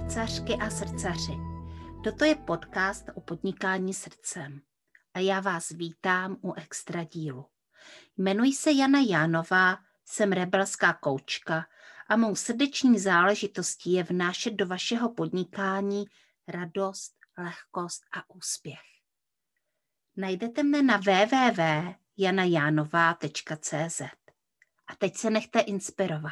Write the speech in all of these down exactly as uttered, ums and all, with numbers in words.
srdcařky a srdcaři. Toto je podcast o podnikání srdcem a já vás vítám u extra dílu. Jmenuji se Jana Jánová, jsem rebelská koučka a mou srdeční záležitostí je vnášet do vašeho podnikání radost, lehkost a úspěch. Najdete mne na w w w tečka jana jánová tečka c z. A teď se nechte inspirovat.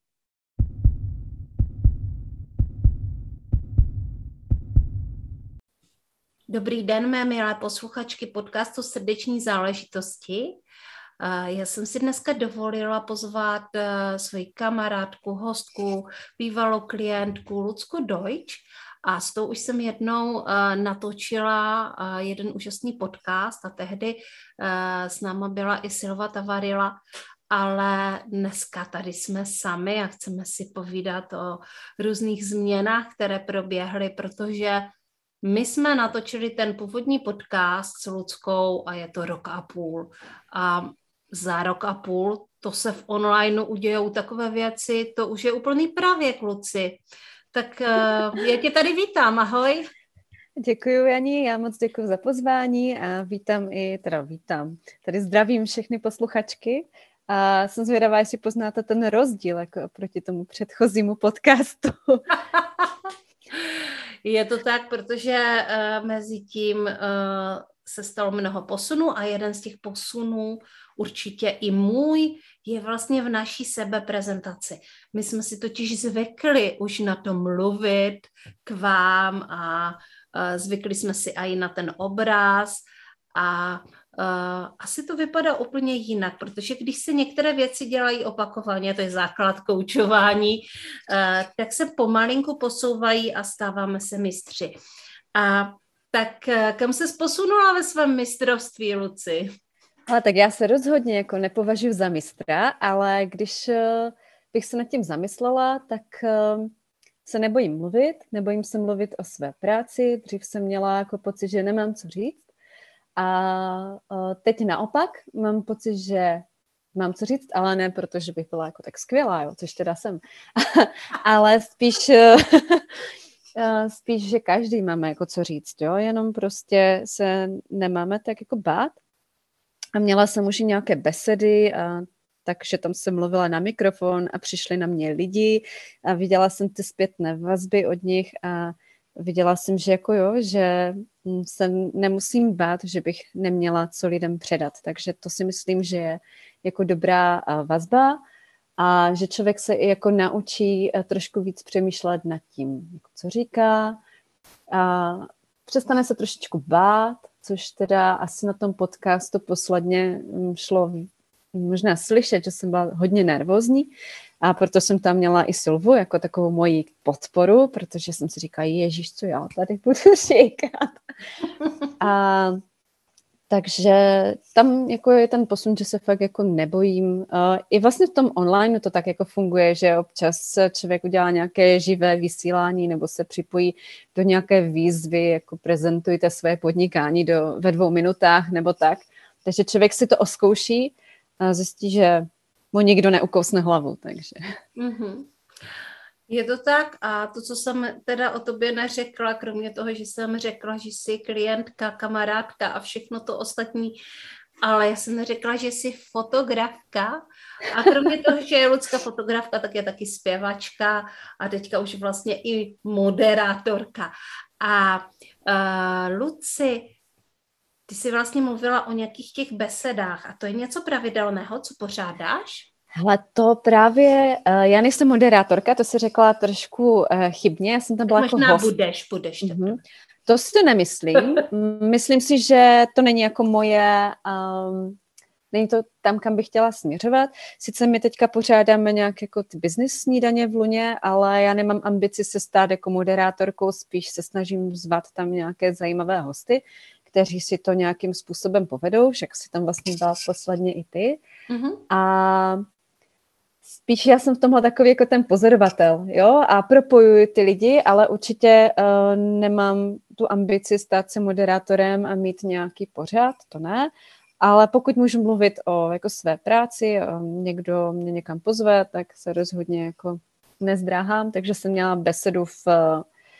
Dobrý den, mé milé posluchačky podcastu Srdeční záležitosti. Já jsem si dneska dovolila pozvat svoji kamarádku, hostku, bývalou klientku Lucku Deutsch. A s tou už jsem jednou uh, natočila uh, jeden úžasný podcast a tehdy uh, s náma byla i Silva Tavarila, ale dneska tady jsme sami a chceme si povídat o různých změnách, které proběhly, protože my jsme natočili ten původní podcast s Luckou a je to rok a půl. A za rok a půl to se v onlineu udějou takové věci, to už je úplný pravěk, Luci. Tak já tě tady vítám, ahoj. Děkuji, Jani, já moc děkuji za pozvání a vítám i, teda vítám, tady zdravím všechny posluchačky a jsem zvědavá, jestli poznáte ten rozdíl jako oproti tomu předchozímu podcastu. Je to tak, protože uh, mezi tím uh, se stalo mnoho posunů a jeden z těch posunů, určitě i můj, je vlastně v naší sebeprezentaci. My jsme si totiž zvykli už na to mluvit k vám a uh, zvykli jsme si i na ten obraz a uh, asi to vypadá úplně jinak, protože když se některé věci dělají opakovaně, to je základ koučování, uh, tak se pomalinku posouvají a stáváme se mistři. A tak kam ses posunula ve svém mistrovství, Luci? Ale tak já se rozhodně jako nepovažuji za mistra, ale když uh, bych se nad tím zamyslela, tak uh, se nebojím mluvit, nebojím se mluvit o své práci. Dřív jsem měla jako pocit, že nemám co říct. A uh, teď naopak mám pocit, že mám co říct, ale ne protože bych byla jako tak skvělá, jo, což teda jsem. Ale spíš... Uh, spíš, že každý máme jako co říct, jo, jenom prostě se nemáme tak jako bát. A měla jsem už i nějaké besedy, a takže tam jsem mluvila na mikrofon a přišli na mě lidi a viděla jsem ty zpětné vazby od nich a viděla jsem, že jako jo, že se nemusím bát, že bych neměla co lidem předat. Takže to si myslím, že je jako dobrá vazba. A že člověk se i jako naučí trošku víc přemýšlet nad tím, jako co říká. A přestane se trošičku bát, což teda asi na tom podcastu posledně šlo možná slyšet, že jsem byla hodně nervózní. A proto jsem tam měla i Silvu jako takovou moji podporu, protože jsem si říkala, ježiš, co já tady budu říkat. A takže tam jako je ten posun, že se fakt jako nebojím. Uh, I vlastně v tom online to tak jako funguje, že občas člověk udělá nějaké živé vysílání nebo se připojí do nějaké výzvy, jako prezentujte své podnikání do, ve dvou minutách nebo tak. Takže člověk si to oskouší a zjistí, že mu nikdo neukousne hlavu. Takže... Mm-hmm. Je to tak a to, co jsem teda o tobě neřekla, kromě toho, že jsem řekla, že jsi klientka, kamarádka a všechno to ostatní, ale já jsem neřekla, že jsi fotografka a kromě toho, že je Lucka fotografka, tak je taky zpěvačka a teďka už vlastně i moderátorka. A uh, Luci, ty jsi vlastně mluvila o nějakých těch besedách a to je něco pravidelného, co pořádáš? Hele, to právě, uh, já nejsem moderátorka, to si řekla trošku uh, chybně, já jsem tam byla jako možná host. budeš, budeš. Mm-hmm. To si nemyslím. Myslím si, že to není jako moje, um, není to tam, kam bych chtěla směřovat. Sice my teďka pořádáme nějak jako ty business snídaně v Luně, ale já nemám ambici se stát jako moderátorkou, spíš se snažím zvat tam nějaké zajímavé hosty, kteří si to nějakým způsobem povedou, však si tam vlastně byla posledně i ty. Mm-hmm. A spíš já jsem v tomhle takový jako ten pozorovatel, jo, a propojuji ty lidi, ale určitě uh, nemám tu ambici stát se moderátorem a mít nějaký pořad, to ne, ale pokud můžu mluvit o jako své práci, někdo mě někam pozve, tak se rozhodně jako nezdráhám, takže jsem měla besedu v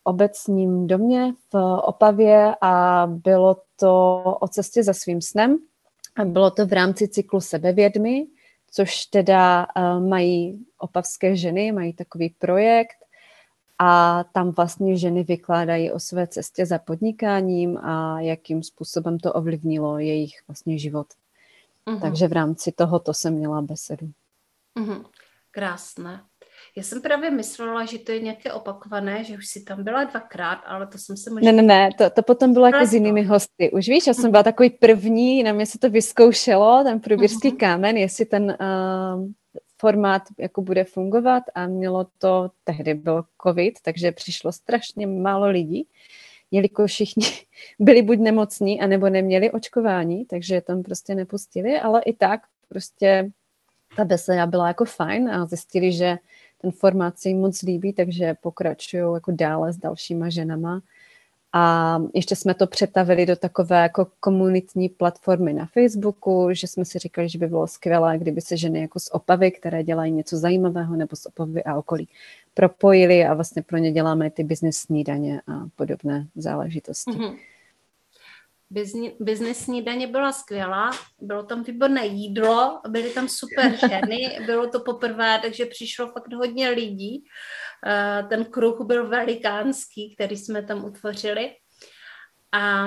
obecním domě v Opavě a bylo to o cestě za svým snem. A bylo to v rámci cyklu Sebevědmy, což teda uh, mají opavské ženy, mají takový projekt a tam vlastně ženy vykládají o své cestě za podnikáním a jakým způsobem to ovlivnilo jejich vlastně život. Uh-huh. Takže v rámci tohoto jsem měla besedu. Uh-huh. Krásné. Já jsem právě myslela, že to je nějaké opakované, že už si tam byla dvakrát, ale to jsem se možná... Ne, ne, ne, to, to potom bylo jako s jinými hosty. Už víš, já jsem byla takový první, na mě se to vyzkoušelo, ten průběžský uh-huh. kámen, jestli ten uh, formát jako bude fungovat a mělo to, tehdy byl covid, takže přišlo strašně málo lidí, jelikož všichni byli buď nemocní, anebo neměli očkování, takže tam prostě nepustili, ale i tak prostě ta beseda byla jako fajn a zjistili, že ten formát se jim moc líbí, takže pokračují jako dále s dalšíma ženama. A ještě jsme to přetavili do takové jako komunitní platformy na Facebooku, že jsme si říkali, že by bylo skvělé, kdyby se ženy jako z Opavy, které dělají něco zajímavého, nebo z Opavy a okolí, propojili a vlastně pro ně děláme ty business snídaně a podobné záležitosti. Mm-hmm. Business snídaně byla skvělá, bylo tam výborné jídlo, byly tam super ženy, bylo to poprvé, takže přišlo fakt hodně lidí. Ten kruh byl velikánský, který jsme tam utvořili. A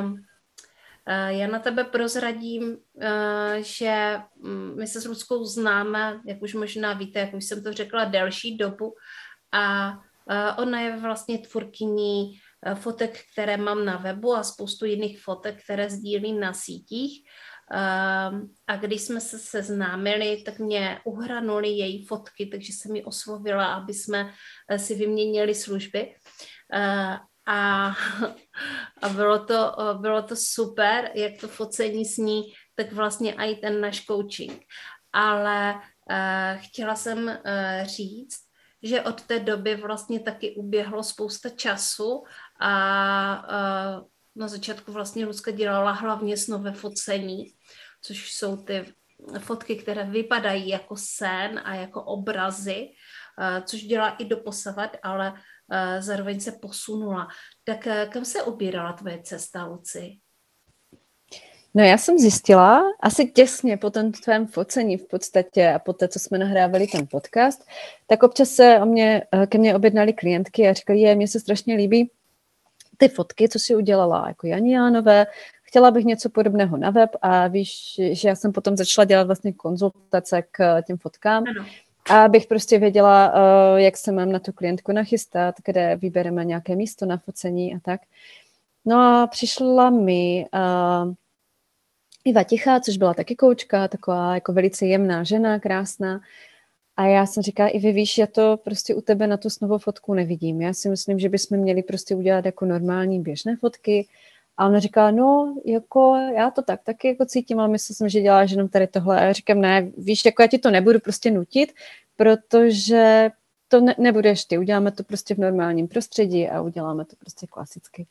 já na tebe prozradím, že my se s Luckou známe, jak už možná víte, jak už jsem to řekla, delší dobu. A ona je vlastně tvůrkyní fotek, které mám na webu a spoustu jiných fotek, které sdílím na sítích. A když jsme se seznámili, tak mě uhranuli její fotky, takže jsem ji oslovila, aby jsme si vyměnili služby. A, a bylo, to, bylo to super, jak to focení s ní, tak vlastně i ten náš coaching. Ale chtěla jsem říct, že od té doby vlastně taky uběhlo spousta času a, a na začátku vlastně Lucka dělala hlavně snové focení, což jsou ty fotky, které vypadají jako sen a jako obrazy, a, což dělá i doposavat, ale a, zároveň se posunula. Tak a, kam se ubírala tvoje cesta, Luci? No já jsem zjistila, asi těsně po tom tvém focení v podstatě a po té, co jsme nahrávali ten podcast, tak občas se o mě, ke mně objednali klientky a říkali, že mně se strašně líbí ty fotky, co si udělala jako Jani Jánové, chtěla bych něco podobného na web a víš, že já jsem potom začala dělat vlastně konzultace k těm fotkám, ano. A abych prostě věděla, jak se mám na tu klientku nachystat, kde vybereme nějaké místo na focení a tak. No a přišla mi uh, Iva Tichá, což byla taky koučka, taková jako velice jemná žena, krásná. A já jsem říkala, i vy víš, já to prostě u tebe na tu snovou fotku nevidím. Já si myslím, že bychom měli prostě udělat jako normální běžné fotky. A ona říkala, no, jako já to tak taky jako cítím, ale myslím jsem, že děláš jenom tady tohle. A já říkám, ne, víš, jako já ti to nebudu prostě nutit, protože to ne- nebudeš ty. Uděláme to prostě v normálním prostředí a uděláme to prostě klasicky.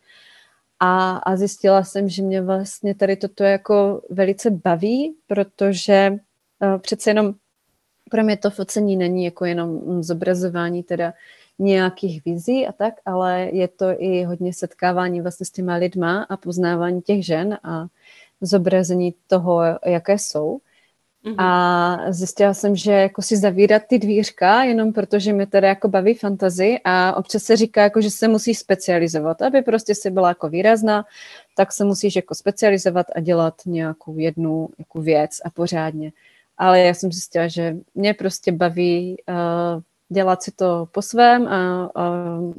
A, a zjistila jsem, že mě vlastně tady toto jako velice baví, protože uh, přece jenom pro mě to focení není jako jenom zobrazování teda nějakých vizí a tak, ale je to i hodně setkávání vlastně s těma lidma a poznávání těch žen a zobrazení toho, jaké jsou. Mm-hmm. A zjistila jsem, že jako si zavírat ty dvířka, jenom protože mě teda jako baví fantasy a občas se říká, jako, že se musí specializovat, aby prostě si byla jako výrazná, tak se musíš jako specializovat a dělat nějakou jednu jako věc a pořádně. Ale já jsem zjistila, že mě prostě baví uh, dělat si to po svém a uh,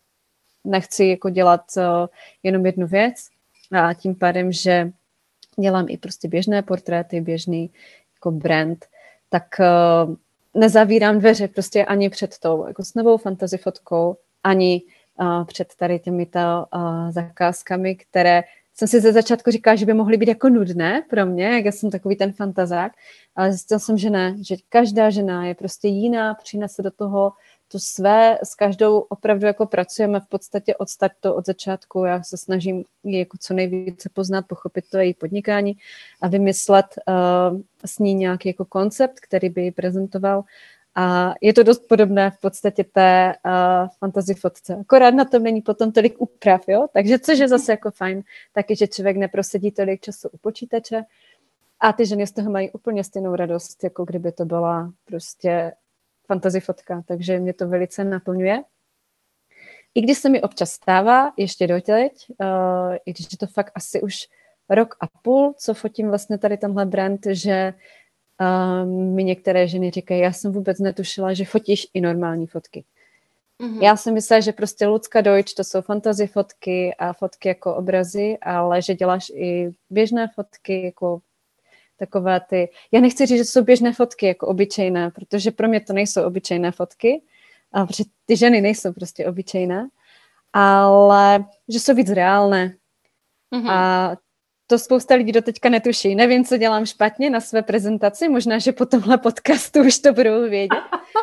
nechci jako dělat uh, jenom jednu věc a tím pádem, že dělám i prostě běžné portréty, běžný jako brand, tak uh, nezavírám dveře prostě ani před tou jako snovou fantasy fotkou, ani uh, před tady těmito uh, zakázkami, které jsem si ze začátku říkala, že by mohly být jako nudné pro mě, jak já jsem takový ten fantazák, ale zjistil jsem, že ne, že každá žena je prostě jiná, přinese do toho to své, s každou opravdu jako pracujeme v podstatě od startu, od začátku, já se snažím ji jako co nejvíce poznat, pochopit to její podnikání a vymyslet uh, s ní nějaký jako koncept, který by ji prezentoval A je to dost podobné v podstatě té uh, fantasy fotce. Akorát na tom není potom tolik úprav, jo? Takže což je zase jako fajn, taky, že člověk neprosedí tolik času u počítače a ty ženy z toho mají úplně stejnou radost, jako kdyby to byla prostě fantasy fotka, takže mě to velice naplňuje. I když se mi občas stává, ještě doteď, uh, i když je to fakt asi už rok a půl, co fotím vlastně tady tenhle brand, že um, mi některé ženy říkají, já jsem vůbec netušila, že fotíš i normální fotky. Mm-hmm. Já jsem myslela, že prostě Lucka Deutsch, to jsou fantasy fotky a fotky jako obrazy, ale že děláš i běžné fotky, jako takové ty... Já nechci říct, že jsou běžné fotky jako obyčejné, protože pro mě to nejsou obyčejné fotky, a protože ty ženy nejsou prostě obyčejné, ale že jsou víc reálné. Mm-hmm. A to spousta lidí doteďka netuší. Nevím, co dělám špatně na své prezentaci, možná, že po tomhle podcastu už to budou vědět.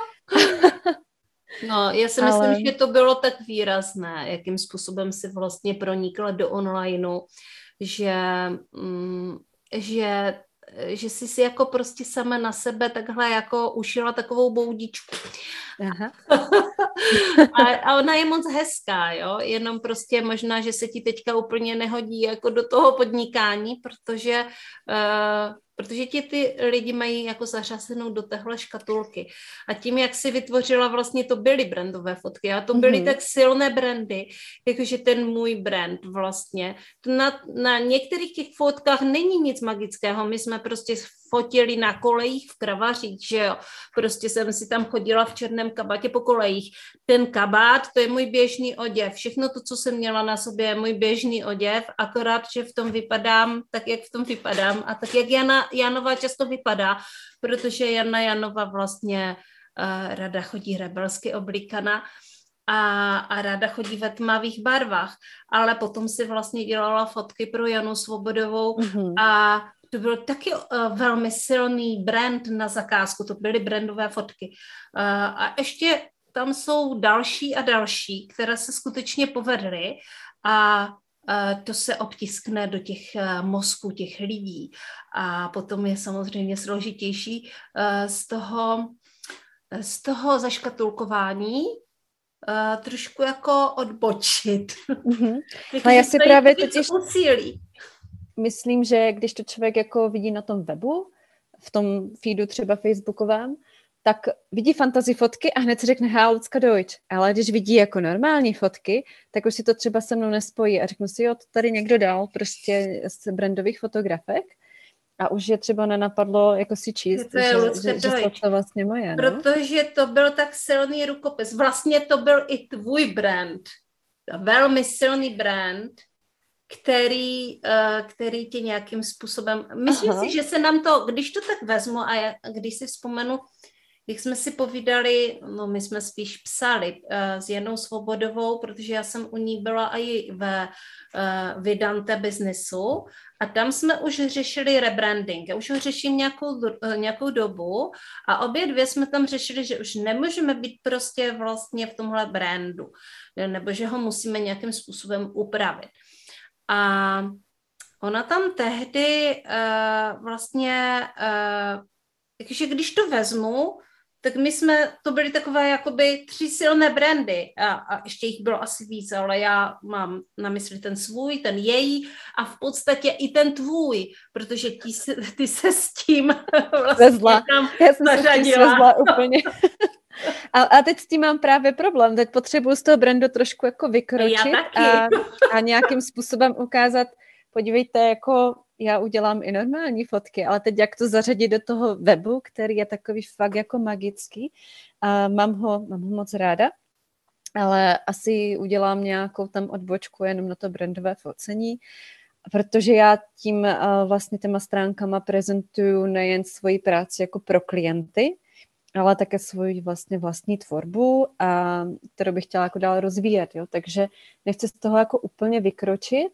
No, já si ale... myslím, že to bylo tak výrazné, jakým způsobem si vlastně pronikla do onlineu, že, mm, že, že jsi si jako prostě sama na sebe takhle jako ušila takovou boudičku. Aha. a, a ona je moc hezká, jo, jenom prostě možná, že se ti teďka úplně nehodí jako do toho podnikání, protože uh, protože ti ty lidi mají jako zařazenou do téhle škatulky. A tím, jak si vytvořila, vlastně to byly brandové fotky a to byly mm-hmm. tak silné brandy, jakože ten můj brand vlastně. Na, na některých těch fotkách není nic magického, my jsme prostě fotili na kolejích v Kravařích, že jo, prostě jsem si tam chodila v černém kabátě po kolejích. Ten kabát, to je můj běžný oděv, všechno to, co jsem měla na sobě, je můj běžný oděv, akorát, že v tom vypadám tak, jak v tom vypadám a tak, jak Jana Janova často vypadá, protože Jana Janova vlastně uh, ráda chodí rebelsky oblíkaná a, a ráda chodí ve tmavých barvách, ale potom si vlastně dělala fotky pro Janu Svobodovou mm-hmm. a to byl taky uh, velmi silný brand na zakázku, to byly brandové fotky. Uh, a ještě tam jsou další a další, které se skutečně povedly a Uh, to se obtiskne do těch uh, mozků těch lidí a potom je samozřejmě složitější uh, z toho, z toho zaškatulkování uh, trošku jako odbočit. Mm-hmm. No já si právě totiž myslím, že když to člověk jako vidí na tom webu, v tom feedu třeba facebookovém, tak vidí fantasy fotky a hned si řekne, há, Lucka Deutsch. Ale když vidí jako normální fotky, tak už si to třeba se mnou nespojí a řeknu si, jo, to tady někdo dal prostě z brandových fotografek a už je třeba nenapadlo jako si číst, to je že, Lucka že, že jsou to vlastně moje. No? Protože to byl tak silný rukopis. Vlastně to byl i tvůj brand. Velmi silný brand, který, který tě nějakým způsobem... Myslím Aha. si, že se nám to, když to tak vezmu a já, když si vzpomenu, jak jsme si povídali, no my jsme spíš psali uh, s Janou Svobodovou, protože já jsem u ní byla i ve uh, Vidante biznesu a tam jsme už řešili rebranding. Já už ho řeším nějakou, uh, nějakou dobu a obě dvě jsme tam řešili, že už nemůžeme být prostě vlastně v tomhle brandu, nebo že ho musíme nějakým způsobem upravit. A ona tam tehdy uh, vlastně, uh, takže když to vezmu, tak my jsme, to byly takové jakoby tři silné brandy a, a ještě jich bylo asi víc, ale já mám na mysli ten svůj, ten její a v podstatě i ten tvůj, protože ty, ty se s tím vlastně vezla. tam já jsem zařadila. Se s tím úplně. A, a teď s tím mám právě problém. Teď potřebuji z toho brandu trošku jako vykročit a, a nějakým způsobem ukázat, podívejte, jako já udělám i normální fotky, ale teď jak to zařadit do toho webu, který je takový fakt jako magický. A mám ho, mám ho moc ráda, ale asi udělám nějakou tam odbočku jenom na to brandové focení, protože já tím uh, vlastně těma stránkama prezentuju nejen svoji práci jako pro klienty, ale také svoji vlastně vlastní tvorbu, a kterou bych chtěla jako dál rozvíjet. Jo? Takže nechci z toho jako úplně vykročit,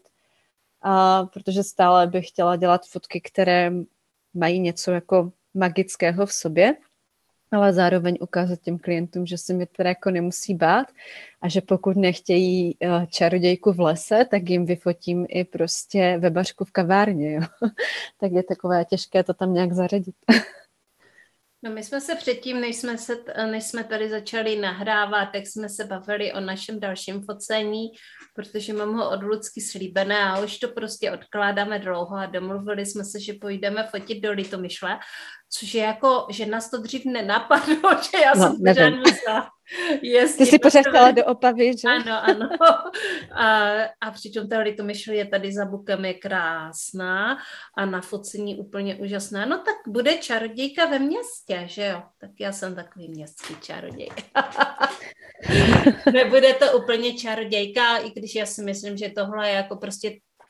a protože stále bych chtěla dělat fotky, které mají něco jako magického v sobě, ale zároveň ukázat těm klientům, že se mi teda jako nemusí bát a že pokud nechtějí čarodějku v lese, tak jim vyfotím i prostě webařku v kavárně. Jo? Tak je takové těžké to tam nějak zařadit. No my jsme se předtím, než jsme, se, než jsme tady začali nahrávat, tak jsme se bavili o našem dalším focení, protože mám ho od Lucky slíbené a už to prostě odkládáme dlouho a domluvili jsme se, že pojdeme fotit do Litomyšle, což je jako, že nás to dřív nenapadlo, že já no, jsem pořád myslela. Ty jsi pořád chtěla do Opavy, že? Ano, ano. A, a přitom ta Litomyšl je tady za Bukem, je krásná a na focení úplně úžasná. No tak bude čarodějka ve městě, že jo? Tak já jsem takový městský čaroděj. Nebude to úplně čarodějka, i když já si myslím, že tohle je jako prostě...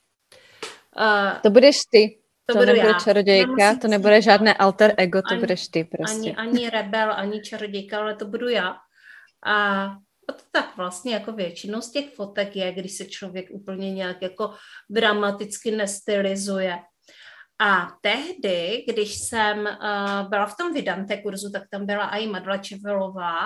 Uh, to budeš ty. To, to budu nebude já. čarodějka, to nebude žádné alter ego, to ani, budeš ty prostě. Ani, ani rebel, ani čarodějka, ale to budu já. A to tak vlastně jako většinou z těch fotek je, když se člověk úplně nějak jako dramaticky nestylizuje. A tehdy, když jsem uh, byla v tom Vidante kurzu, tak tam byla i Madla Čevelová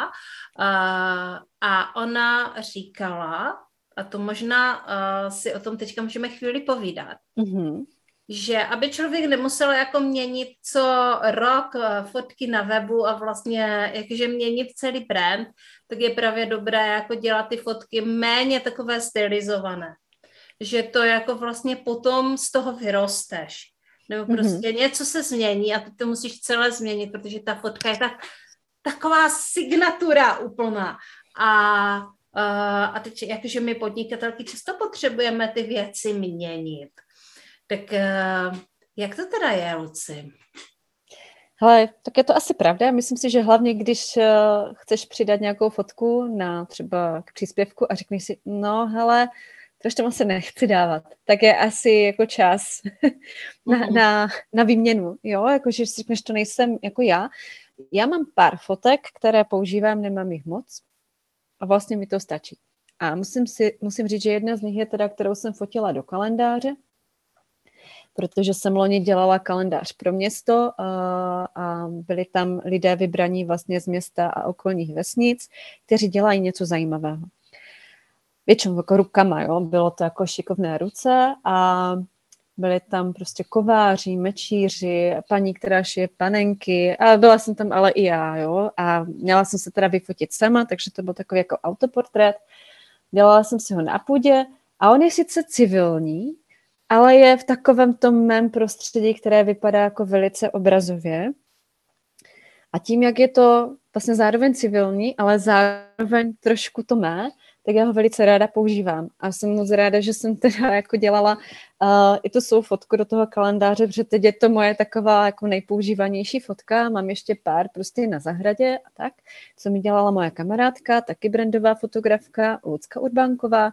uh, a ona říkala, a to možná uh, si o tom teďka můžeme chvíli povídat, mm-hmm. že aby člověk nemusel jako měnit co rok fotky na webu a vlastně jakože měnit celý brand, tak je právě dobré jako dělat ty fotky méně takové stylizované. Že to jako vlastně potom z toho vyrosteš. Nebo prostě mm-hmm. něco se změní a ty to musíš celé změnit, protože ta fotka je tak, taková signatura úplná. A, a teď jakože my podnikatelky často potřebujeme ty věci měnit. Tak jak to teda je, Luci? Hele, tak je to asi pravda. Myslím si, že hlavně, když chceš přidat nějakou fotku na třeba k příspěvku a řekneš si, no hele, to už tam asi nechci dávat, tak je asi jako čas na, mm. na, na výměnu, jo, jakože si řekneš, to nejsem jako já. Já mám pár fotek, které používám, nemám jich moc a vlastně mi to stačí. A musím, si, musím říct, že jedna z nich je teda, kterou jsem fotila do kalendáře, protože jsem loni dělala kalendář pro město a, a byli tam lidé vybraní vlastně z města a okolních vesnic, kteří dělají něco zajímavého. Většinou jako rukama, jo, bylo to jako šikovné ruce a byli tam prostě kováři, mečíři, paní, která šije panenky a byla jsem tam ale i já, jo, a měla jsem se teda vyfotit sama, takže to byl takový jako autoportrét. Dělala jsem si ho na půdě a on je sice civilní, ale je v takovém tom mém prostředí, které vypadá jako velice obrazově. A tím, jak je to vlastně zároveň civilní, ale zároveň trošku to mé, tak já ho velice ráda používám. A jsem moc ráda, že jsem teda jako dělala uh, i tu svou fotku do toho kalendáře, protože teď je to moje taková jako nejpoužívanější fotka. Mám ještě pár prostě na zahradě a tak, co mi dělala moje kamarádka, taky brandová fotografka, Lucka Urbánková.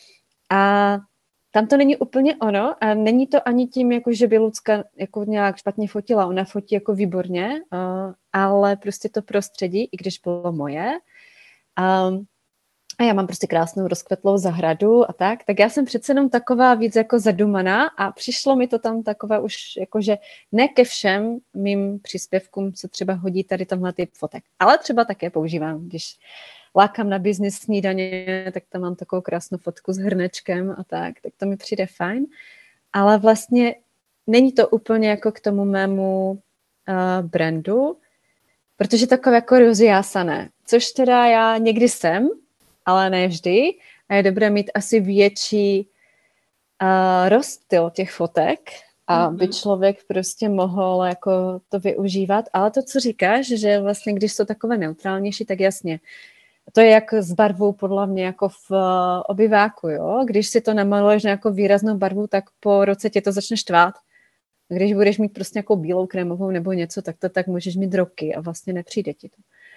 A tam to není úplně ono a není to ani tím, jako že by Lucka jako nějak špatně fotila. Ona fotí jako výborně, uh, ale prostě to prostředí, i když bylo moje, um, a já mám prostě krásnou rozkvetlou zahradu a tak, tak já jsem přece jenom taková víc jako zadumaná a přišlo mi to tam takové už jako, že ne ke všem mým příspěvkům se třeba hodí tady tenhle typ fotek, ale třeba také používám, když lákám na business snídaně, tak tam mám takovou krásnou fotku s hrnečkem a tak, tak to mi přijde fajn, ale vlastně není to úplně jako k tomu mému uh, brandu, protože takové jako rozjásané, což teda já někdy jsem, ale ne vždy. A je dobré mít asi větší uh, rozstyl těch fotek, aby mm-hmm. člověk prostě mohl jako to využívat. Ale to, co říkáš, že vlastně, když jsou takové neutrálnější, tak jasně. To je jak s barvou podle mě jako v uh, obyváku, jo. Když si to namaluješ nějakou výraznou barvu, tak po roce tě to začne štvát. Když budeš mít prostě nějakou bílou krémovou nebo něco, tak to tak můžeš mít roky a vlastně nepřijde ti to.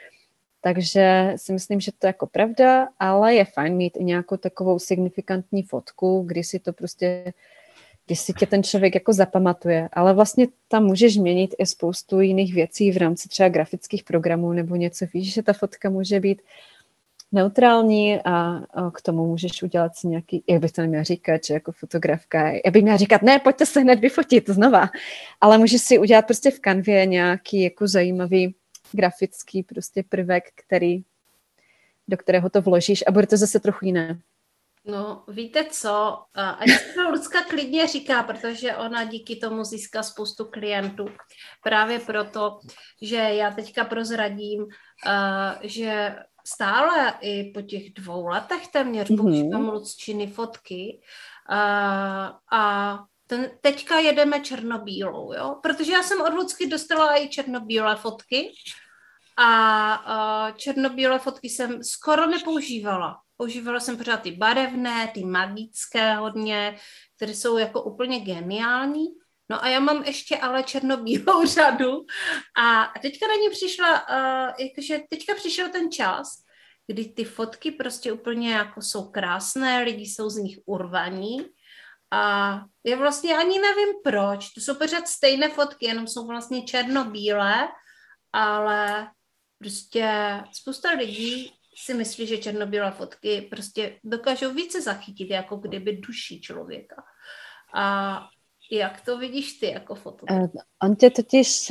Takže si myslím, že to je jako pravda, ale je fajn mít i nějakou takovou signifikantní fotku, kdy si to prostě, kdy si tě ten člověk jako zapamatuje. Ale vlastně tam můžeš měnit i spoustu jiných věcí v rámci třeba grafických programů nebo něco. Víš, že ta fotka může být neutrální a, a k tomu můžeš udělat si nějaký, jak bych to neměla říkat, že jako fotografka, já bych měla říkat, ne, pojďte se hned vyfotit znova, ale můžeš si udělat prostě v kanvě nějaký jako zajímavý grafický prostě prvek, který, do kterého to vložíš a bude to zase trochu jiné. No, víte co, ať se to Lucka klidně říká, protože ona díky tomu získá spoustu klientů. Právě proto, že já teďka prozradím, že stále i po těch dvou letech téměř mm-hmm. používám Lucčiny fotky a, a ten, teďka jedeme černobílou, jo? Protože já jsem od Lucky dostala i černobílé fotky a, a černobílé fotky jsem skoro nepoužívala. Používala jsem pořád ty barevné, ty magické hodně, které jsou jako úplně geniální. No a já mám ještě ale černobílou řadu a teďka na ní přišla, uh, jakože teďka přišel ten čas, kdy ty fotky prostě úplně jako jsou krásné, lidi jsou z nich urvaní a já vlastně ani nevím proč, to jsou pořád stejné fotky, jenom jsou vlastně černobílé, ale prostě spousta lidí si myslí, že černobílé fotky prostě dokážou více zachytit, jako kdyby duší člověka. A jak to vidíš ty jako fotograf? On tě totiž,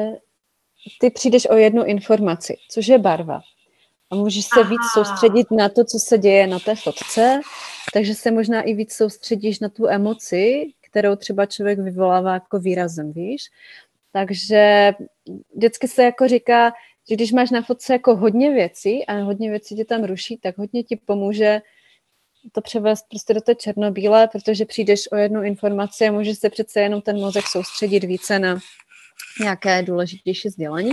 ty přijdeš o jednu informaci, což je barva. A můžeš se Aha. víc soustředit na to, co se děje na té fotce, takže se možná i víc soustředíš na tu emoci, kterou třeba člověk vyvolává jako výrazem, víš? Takže vždycky se jako říká, že když máš na fotce jako hodně věcí a hodně věcí tě tam ruší, tak hodně ti pomůže to převést prostě do té černobílé, protože přijdeš o jednu informaci a může se přece jenom ten mozek soustředit více na nějaké důležitější sdělení.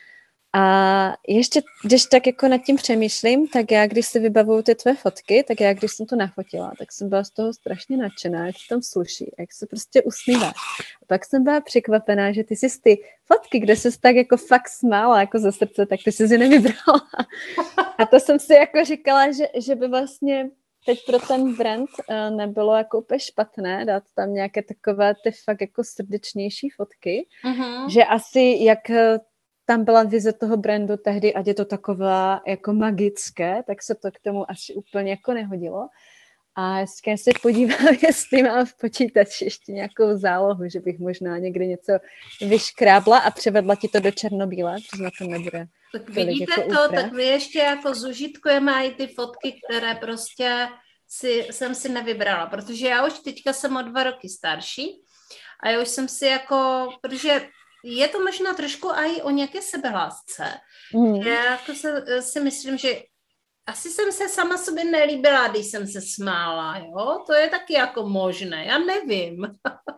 A ještě, když tak jako nad tím přemýšlím, tak já, když si vybavuju ty tvé fotky, tak já, když jsem to nafotila, tak jsem byla z toho strašně nadšená, jak se tam sluší, jak se prostě usmíváš. A pak jsem byla překvapená, že ty jsi ty fotky, kde jsi tak jako fakt smála, jako ze srdce, tak ty jsi si nevybrala. A to jsem si jako říkala, že, že by vlastně teď pro ten brand nebylo jako úplně špatné dát tam nějaké takové ty fakt jako srdečnější fotky, uh-huh. že asi jak tam byla vize toho brandu tehdy, ať je to takové jako magické, tak se to k tomu asi úplně jako nehodilo. A já se podívám, jestli mám v počítači ještě nějakou zálohu, že bych možná někdy něco vyškrábla a převedla ti to do černobílé, protože na to nebude. Tak vidíte jako to, úprav. Tak my ještě jako zužitkujeme i ty fotky, které prostě si, jsem si nevybrala, protože já už teďka jsem o dva roky starší a já už jsem si jako, protože je to možná trošku i o nějaké sebelásce. Mm. Já jako se, si myslím, že asi jsem se sama sobě nelíbila, když jsem se smála, jo? To je taky jako možné, já nevím.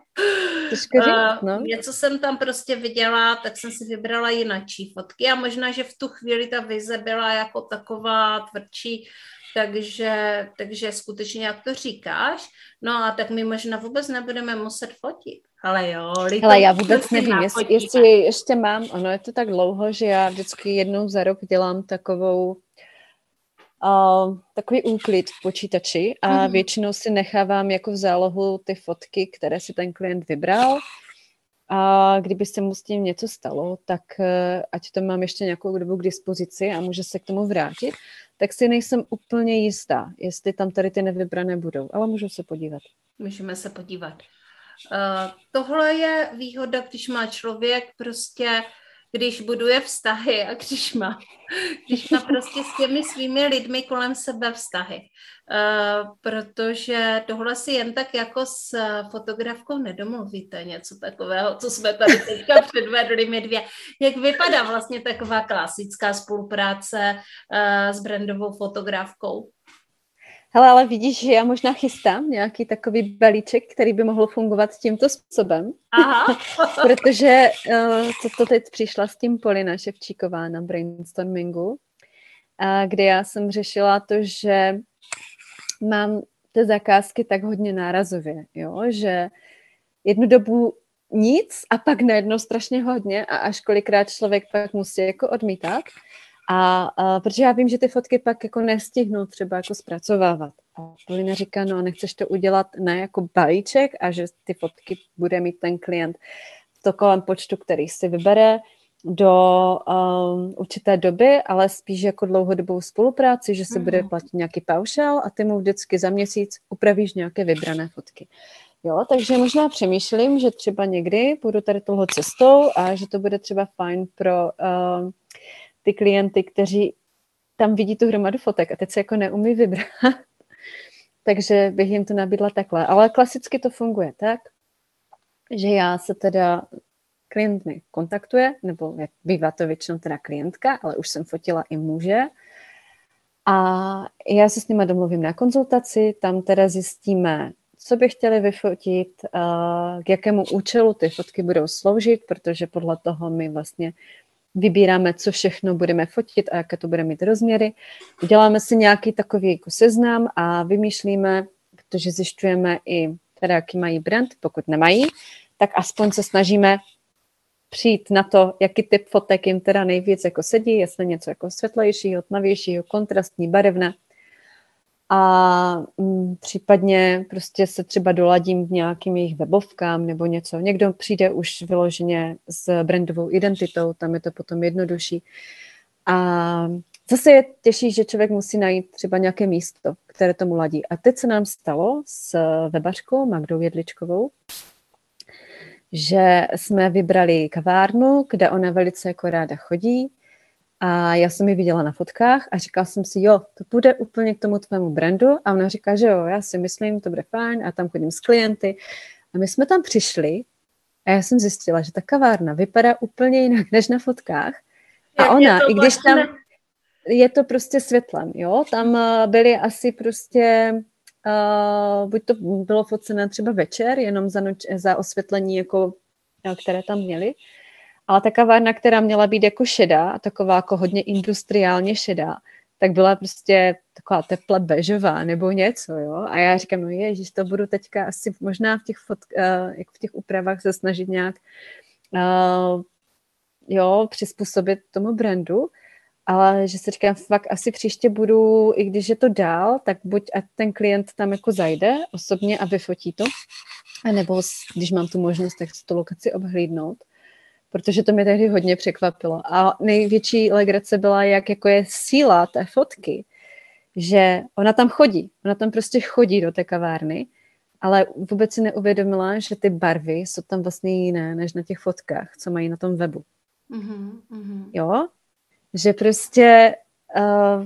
Říct, no? Něco jsem tam prostě viděla, tak jsem si vybrala jinačí fotky a možná, že v tu chvíli ta vize byla jako taková tvrdší, takže, takže skutečně, jak to říkáš, no a tak my možná vůbec nebudeme muset fotit. Ale jo, ale já vůbec nevím, jestli, jestli ještě mám, ono je to tak dlouho, že já vždycky jednou za rok dělám takovou uh, takový úklid v počítači a mm-hmm. většinou si nechávám jako v zálohu ty fotky, které si ten klient vybral a kdyby se mu s tím něco stalo, tak uh, ať to mám ještě nějakou dobu k dispozici a může se k tomu vrátit, tak si nejsem úplně jistá, jestli tam tady ty nevybrané budou, ale můžu se podívat. Můžeme se podívat. Uh, tohle je výhoda, když má člověk prostě, když buduje vztahy a když má, když má prostě s těmi svými lidmi kolem sebe vztahy. Uh, protože tohle si jen tak jako s fotografkou nedomluvíte, něco takového, co jsme tady teďka předvedli my dvě. Jak vypadá vlastně taková klasická spolupráce uh, s brandovou fotografkou? Hele, ale vidíš, že já možná chystám nějaký takový balíček, který by mohl fungovat tímto způsobem. Aha. Protože uh, to, to teď přišla s tím Polina Ševčíková na brainstormingu, uh, kde já jsem řešila to, že mám ty zakázky tak hodně nárazově, jo? Že jednu dobu nic a pak najednou strašně hodně a až kolikrát člověk pak musí jako odmítat. A, a protože já vím, že ty fotky pak jako nestihnou třeba jako zpracovávat. A Polina říká, no a nechceš to udělat na jako balíček a že ty fotky bude mít ten klient v takovém počtu, který si vybere do um, určité doby, ale spíš jako dlouhodobou spolupráci, že se mm. bude platit nějaký paušál a ty mu vždycky za měsíc upravíš nějaké vybrané fotky. Jo, takže možná přemýšlím, že třeba někdy půjdu tady touhle cestou a že to bude třeba fajn pro um, ty klienty, kteří tam vidí tu hromadu fotek a teď se jako neumí vybrat. takže bych jim to nabídla takhle. Ale klasicky to funguje tak, že já se teda, klient mi kontaktuje, nebo bývá to většinou teda klientka, ale už jsem fotila i muže. A já se s nima domluvím na konzultaci, tam teda zjistíme, co by chtěli vyfotit, k jakému účelu ty fotky budou sloužit, protože podle toho my vlastně vybíráme, co všechno budeme fotit a jaké to bude mít rozměry. Uděláme si nějaký takový jako seznam a vymýšlíme, protože zjišťujeme i teda, jaký mají brand, pokud nemají, tak aspoň se snažíme přijít na to, jaký typ fotek jim teda nejvíc jako sedí, jestli něco jako světlejšího, tmavějšího, kontrastní, barevné. A m, případně prostě se třeba doladím k nějakým jejich webovkám nebo něco. Někdo přijde už vyloženě s brandovou identitou, tam je to potom jednodušší. A zase je těžší, že člověk musí najít třeba nějaké místo, které tomu ladí. A teď se nám stalo s webařkou Magdou Jedličkovou, že jsme vybrali kavárnu, kde ona velice jako ráda chodí a já jsem ji viděla na fotkách a říkala jsem si, jo, to bude úplně k tomu tvému brandu a ona říká, že jo, já si myslím, to bude fajn a tam chodím s klienty a my jsme tam přišli a já jsem zjistila, že ta kavárna vypadá úplně jinak než na fotkách a Jak ona, i když vlastně... tam je to prostě světlem, jo, tam byly asi prostě... Uh, buď to bylo focené třeba večer, jenom za, noč, za osvětlení, jako, které tam měli, ale ta kavárna, která měla být jako šedá, taková jako hodně industriálně šedá, tak byla prostě taková teple bežová nebo něco, jo. A já říkám, no ježiš, to budu teďka asi možná v těch, fot, uh, jak v těch úpravách se snažit nějak uh, jo, přizpůsobit tomu brandu, ale že si říkám, fakt asi příště budu, i když je to dál, tak buď ať ten klient tam jako zajde osobně a vyfotí to, anebo když mám tu možnost, tak si tu lokaci obhlídnout, protože to mě tehdy hodně překvapilo. A největší legrace byla, jak jako je síla té fotky, že ona tam chodí, ona tam prostě chodí do té kavárny, ale vůbec si neuvědomila, že ty barvy jsou tam vlastně jiné, než na těch fotkách, co mají na tom webu. Mm-hmm, mm-hmm. Jo? Že prostě uh,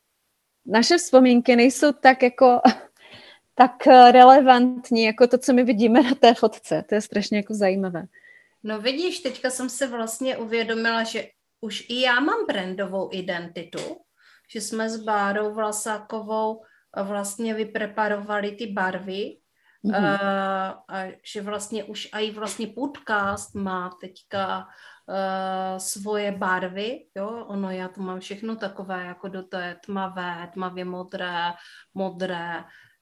naše vzpomínky nejsou tak jako tak relevantní jako to, co my vidíme na té fotce. To je strašně jako zajímavé. No vidíš, teďka jsem se vlastně uvědomila, že už i já mám brandovou identitu, že jsme s Bárou Vlasákovou vlastně vypreparovali ty barvy, mm-hmm. uh, a že vlastně už i vlastně podcast má teďka Uh, svoje barvy, jo, ono, já to mám všechno takové, jako do té tmavé, tmavě modré, modré,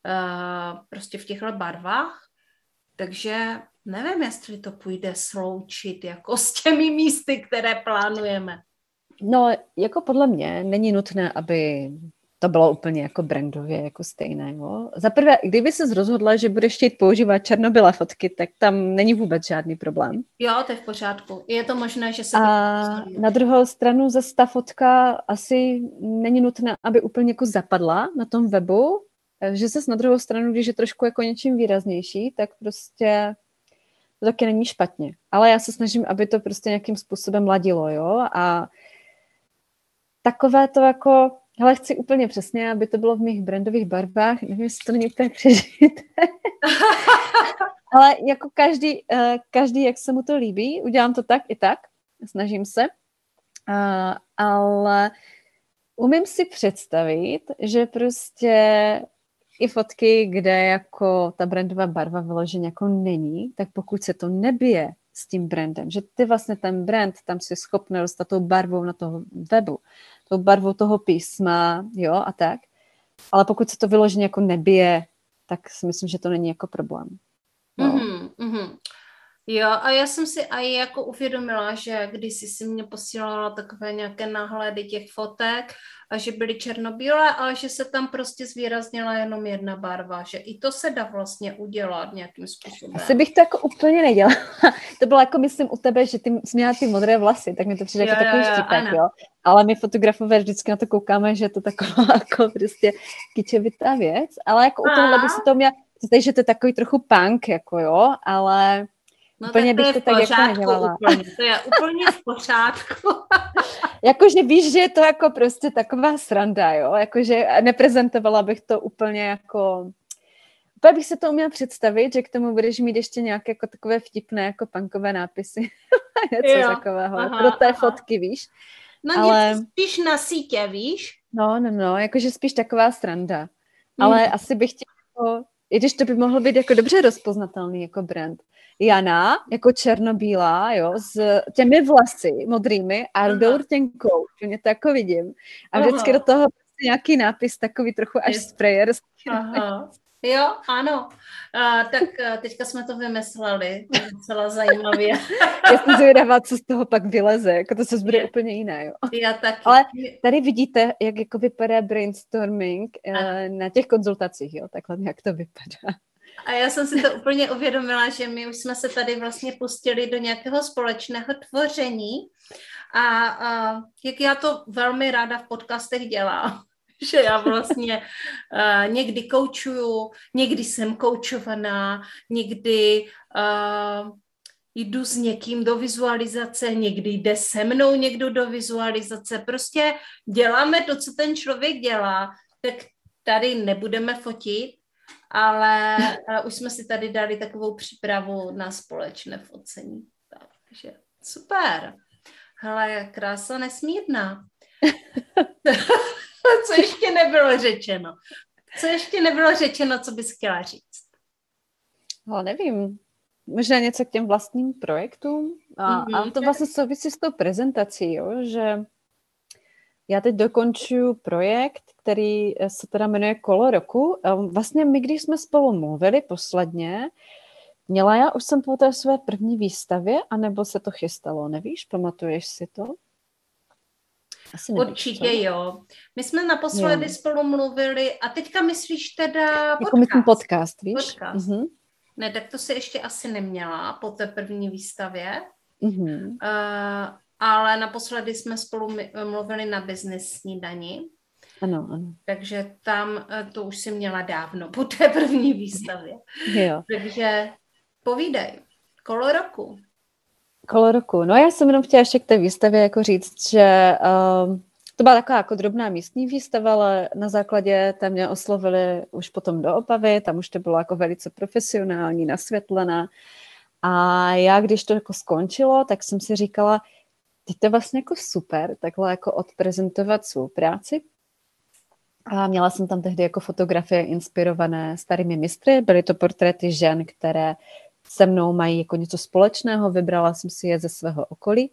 uh, prostě v těchto barvách, takže nevím, jestli to půjde sloučit jako s těmi místy, které plánujeme. No, jako podle mě není nutné, aby to bylo úplně jako brandově jako stejné. Jo? Za prvé, kdyby se rozhodla, že budeš chtít používat černobílé fotky, tak tam není vůbec žádný problém. Jo, to je v pořádku. Je to možné, že se... A na druhou stranu zase ta fotka asi není nutné, aby úplně jako zapadla na tom webu, že zase na druhou stranu, když je trošku jako něčím výraznější, tak prostě to taky není špatně. Ale já se snažím, aby to prostě nějakým způsobem ladilo, jo? A takové to jako... Hele, chci úplně přesně, aby to bylo v mých brandových barvách. Nevím, jestli to není úplně přežít. Ale jako každý, každý, jak se mu to líbí, udělám to tak i tak. Snažím se. Ale umím si představit, že prostě i fotky, kde jako ta brandová barva vyloženě jako není, tak pokud se to nebije s tím brandem, že ty vlastně ten brand tam si schopný dostat tou barvou na toho webu, tou barvou toho písma, jo, a tak. Ale pokud se to vyloženě jako nebije, tak si myslím, že to není jako problém. No. Mm-hmm, mm-hmm. Jo, a já jsem si aj jako uvědomila, že když jsi si mě posílala takové nějaké náhledy těch fotek a že byly černobílé, ale že se tam prostě zvýraznila jenom jedna barva, že i to se dá vlastně udělat nějakým způsobem. Asi bych to jako úplně nedělala. To bylo jako, myslím, u tebe, že ty jsi měla ty modré vlasy, tak mi to přijde jako takový štípek, jo. Ale my fotografové vždycky na to koukáme, že je to taková jako prostě kyčevitá věc, ale jako u tohle by si to měla, že to je takový trochu punk, jako jo, ale... No úplně tak to bych je to v tak pořádku, jako nedělala. úplně, to je úplně v pořádku. Jakože víš, že je to jako prostě taková sranda, jo, jakože neprezentovala bych to úplně jako Úplně bych se to uměla představit, že k tomu budeš mít ještě nějaké jako takové vtipné, jako punkové nápisy. Něco Jo, takového. aha, Pro té aha. fotky, víš. No Ale... něco spíš na sítě, víš? No, no, no, jakože spíš taková sranda. Mm. Ale asi bych chtěla, jako, i když to by mohlo být jako dobře rozpoznatelný jako brand. Jana, jako černobílá, jo, s těmi vlasy modrými a rudou rtěnkou, že mě to jako vidím. A vždycky Aha. do toho prostě nějaký nápis takový trochu až sprayerský. Aha. Jo, ano. A, tak a teďka jsme to vymysleli. Docela zajímavě. Já jsem zvědavá, co z toho pak vyleze. Jako to se bude je. Úplně jiné, jo. Já taky. Ale tady vidíte, jak jako vypadá brainstorming a. na těch konzultacích, jo. Takhle jak to vypadá. A já jsem si to úplně uvědomila, že my už jsme se tady vlastně pustili do nějakého společného tvoření a, a jak já to velmi ráda v podcastech dělám, že já vlastně uh, někdy koučuju, někdy jsem koučovaná, někdy uh, jdu s někým do vizualizace, někdy jde se mnou někdo do vizualizace. Prostě děláme to, co ten člověk dělá, tak tady nebudeme fotit, ale uh, už jsme si tady dali takovou přípravu na společné focení. Takže super. Hele, krása nesmírná. Co ještě nebylo řečeno? Co ještě nebylo řečeno, co bys chtěla říct? No, nevím. Možná něco k těm vlastním projektům. A, mm-hmm. a to vlastně souvisí s tou prezentací, jo? Že já teď dokončuju projekt, který se teda jmenuje Kolo roku. Vlastně my, když jsme spolu mluvili posledně, měla já už jsem po té své první výstavě, anebo se to chystalo, nevíš? Pamatuješ si to? Asi nevíš, určitě co? Jo. My jsme naposledy jo. spolu mluvili a teďka myslíš teda podcast? Jako myslím podcast, víš? Podcast. Mm-hmm. Ne, tak to si ještě asi neměla po té první výstavě. Mm-hmm. Uh, ale naposledy jsme spolu mluvili na business snídani. Ano, ano. Takže tam to už si měla dávno po té první výstavě. Jo. Takže povídej. Kolo roku. Kolo roku. No já jsem jenom chtěla ještě k té výstavě jako říct, že um, to byla taková jako drobná místní výstava, ale na základě tam mě oslovili už potom do Opavy, tam už to bylo jako velice profesionální, nasvětlená. A já, když to jako skončilo, tak jsem si říkala, teď to vlastně jako super, takhle jako odprezentovat svou práci. A měla jsem tam tehdy jako fotografie inspirované starými mistry, byly to portréty žen, které se mnou mají jako něco společného, vybrala jsem si je ze svého okolí.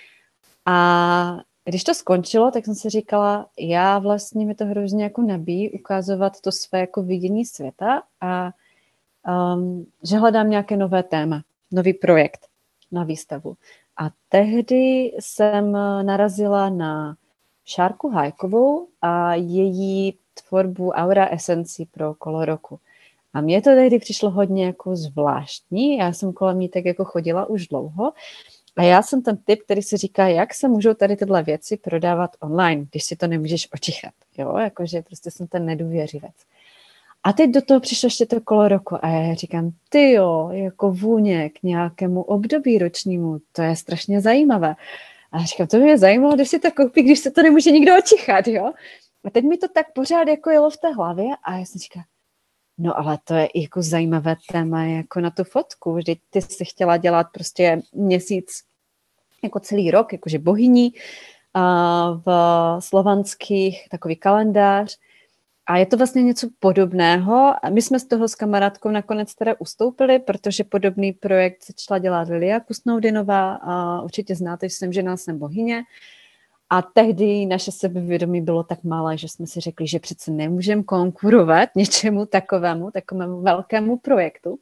A když to skončilo, tak jsem si říkala, já vlastně mi to hrozně jako nabíjí ukazovat to své jako vidění světa a um, že hledám nějaké nové téma, nový projekt na výstavu. A tehdy jsem narazila na Šárku Hájkovou a její tvorbu Aura esencí pro Kolo roku. A mně to tehdy přišlo hodně jako zvláštní, já jsem kolem ní tak jako chodila už dlouho a já jsem ten typ, který si říká, jak se můžou tady tyhle věci prodávat online, když si to nemůžeš očichat, jo, jakože prostě jsem ten nedůvěřivec. A teď do toho přišlo ještě to Kolo roku a já říkám, ty jo, jako vůně k nějakému období ročnímu, to je strašně zajímavé. A já říkám, to by mě zajímalo, když si to koupí, když se to nemůže nikdo očichat, jo. A teď mi to tak pořád jako jelo v té hlavě a já jsem říkala, no ale to je jako zajímavé téma jako na tu fotku. Vždyť ty jsi chtěla dělat prostě měsíc jako celý rok, jakože bohyní v slovanských, takový kalendář. A je to vlastně něco podobného. A my jsme z toho s kamarádkou nakonec teda ustoupili, protože podobný projekt začala dělat Lilia Kusnoudinová a určitě znáte, že jsem žena, jsem bohyně. A tehdy naše sebevědomí bylo tak malé, že jsme si řekli, že přece nemůžeme konkurovat něčemu takovému, takovému velkému projektu.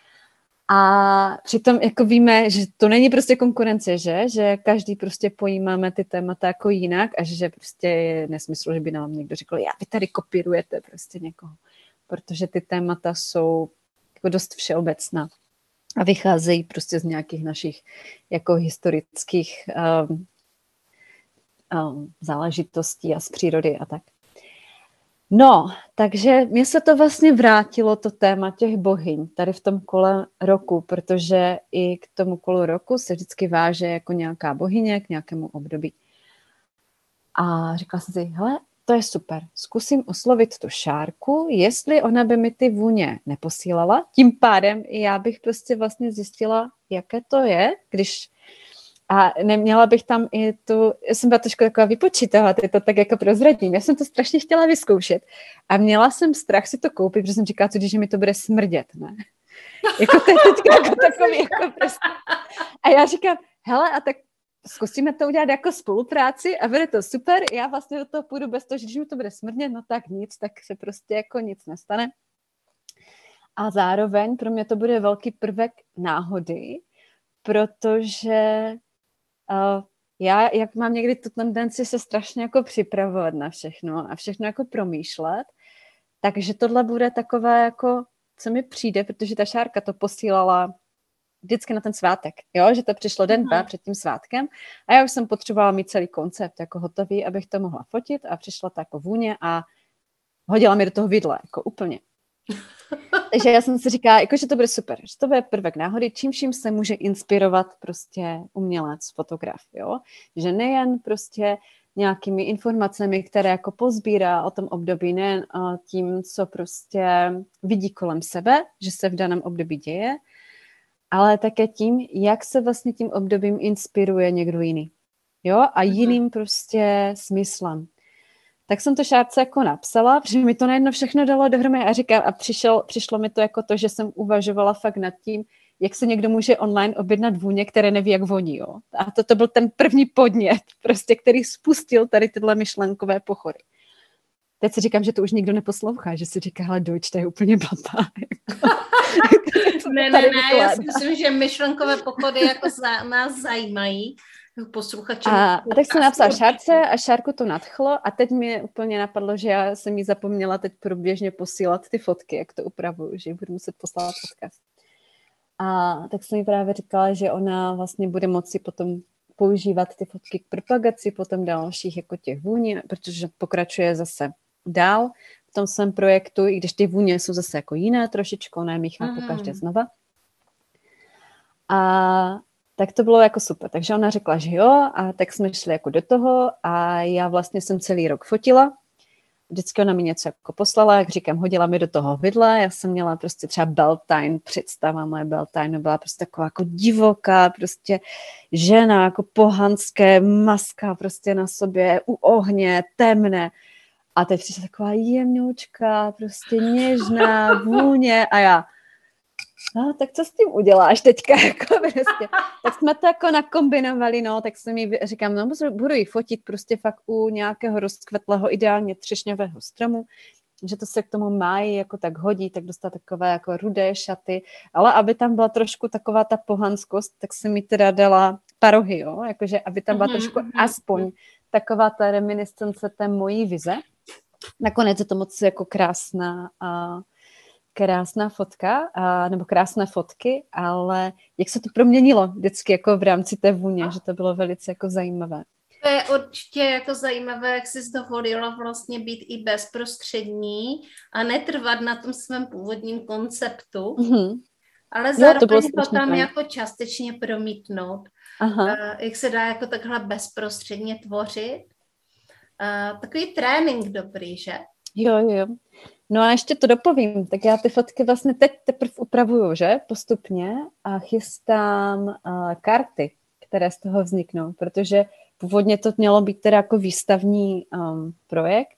A přitom jako víme, že to není prostě konkurence, že? Že každý prostě pojímáme ty témata jako jinak a že prostě je nesmysl, že by nám někdo řekl, já vy tady kopírujete prostě někoho. Protože ty témata jsou jako dost všeobecná a vycházejí prostě z nějakých našich jako historických um, um, záležitostí a z přírody a tak. No, takže mně se to vlastně vrátilo, to téma těch bohyň, tady v tom kole roku, protože i k tomu kolu roku se vždycky váže jako nějaká bohyně k nějakému období. A říkala jsem si, hele, to je super. Zkusím oslovit tu Šárku, jestli ona by mi ty vůně neposílala. Tím pádem já bych prostě vlastně zjistila, jaké to je, když a neměla bych tam i tu, já jsem byla trošku taková vypočítala, ty to tak jako prozradím. Já jsem to strašně chtěla vyzkoušet a měla jsem strach si to koupit, protože jsem říkala, co když mi to bude smrdět, ne? Jako to je teďka jako takový, jako prostě. A já říkám, hele, a tak zkusíme to udělat jako spolupráci a bude to super. Já vlastně do toho půjdu bez toho, že když mi to bude smrdět, no tak nic, tak se prostě jako nic nestane. A zároveň pro mě to bude velký prvek náhody, protože uh, já, jak mám někdy tu tendenci se strašně jako připravovat na všechno a všechno jako promýšlet, takže tohle bude takové jako, co mi přijde, protože ta Šárka to posílala vždycky na ten svátek, jo, že to přišlo den, dva před tím svátkem a já už jsem potřebovala mít celý koncept jako hotový, abych to mohla fotit a přišla to jako vůně a hodila mi do toho vidle, jako úplně. Takže já jsem si říkala, jako, že to bude super, že to bude prvek náhody, čím vším se může inspirovat prostě umělec, fotograf, jo, že nejen prostě nějakými informacemi, které jako pozbírá o tom období, nejen tím, co prostě vidí kolem sebe, že se v daném období děje, ale také tím, jak se vlastně tím obdobím inspiruje někdo jiný. Jo? A jiným prostě smyslem. Tak jsem to Šárce jako napsala, protože mi to najednou všechno dalo dohromady a říkám, a přišel, přišlo mi to jako to, že jsem uvažovala fakt nad tím, jak se někdo může online objednat vůně, které neví, jak voní. Jo? A to, to byl ten první podnět, prostě, který spustil tady tyhle myšlenkové pochody. Teď si říkám, že to už nikdo neposlouchá, že si říká, hele, dojč, to je úplně blbá. ne, ne, ne, já si myslím, že myšlenkové pochody jako za, nás zajímají. Posluchače. A, a tak jsem napsala Šárce a Šárku to nadchlo a teď mi úplně napadlo, že já jsem jí zapomněla teď průběžně posílat ty fotky, jak to upravuju, že jí budu muset poslat odkaz. A tak jsem jí právě říkala, že ona vlastně bude moci potom používat ty fotky k propagaci potom dalších jako těch vůní, protože pokračuje zase dál v tom svém projektu, i když ty vůně jsou zase jako jiné trošičku, ona je míchá mm. po každé znova. A tak to bylo jako super. Takže ona řekla, že jo, a tak jsme šli jako do toho a já vlastně jsem celý rok fotila. Vždycky ona mi něco jako poslala, jak říkám, hodila mi do toho vidle. Já jsem měla prostě třeba Beltane, představa moje Beltane byla prostě taková jako divoká, prostě žena, jako pohanské, maska prostě na sobě, u ohně, temné. A teď přišla taková jemňoučka, prostě něžná, vůně a já, no, tak co s tím uděláš teďka, jako prostě. Tak jsme to jako nakombinovali, no, tak jsem jí říkám, no, budu jí fotit prostě fakt u nějakého rozkvetlého, ideálně třešňového stromu, že to se k tomu máji jako tak hodí, tak dostat takové jako rudé šaty, ale aby tam byla trošku taková ta pohanskost, tak jsem jí teda dala parohy, jo, jakože aby tam byla trošku aspoň taková ta reminiscence té mojí vize. Nakonec je to moc jako krásná a krásná fotka, a, nebo krásné fotky, ale jak se to proměnilo vždycky jako v rámci té vůně, že to bylo velice jako zajímavé. To je určitě jako zajímavé, jak jsi dovolila vlastně být i bezprostřední a netrvat na tom svém původním konceptu, mm-hmm. ale zároveň jo, to tam jako částečně promítnout. Aha. Uh, jak se dá jako takhle bezprostředně tvořit. Uh, takový trénink dobrý, že? Jo, jo. No a ještě to dopovím, tak já ty fotky vlastně teď teprve upravuju, že, postupně a chystám uh, karty, které z toho vzniknou, protože původně to mělo být teda jako výstavní um, projekt,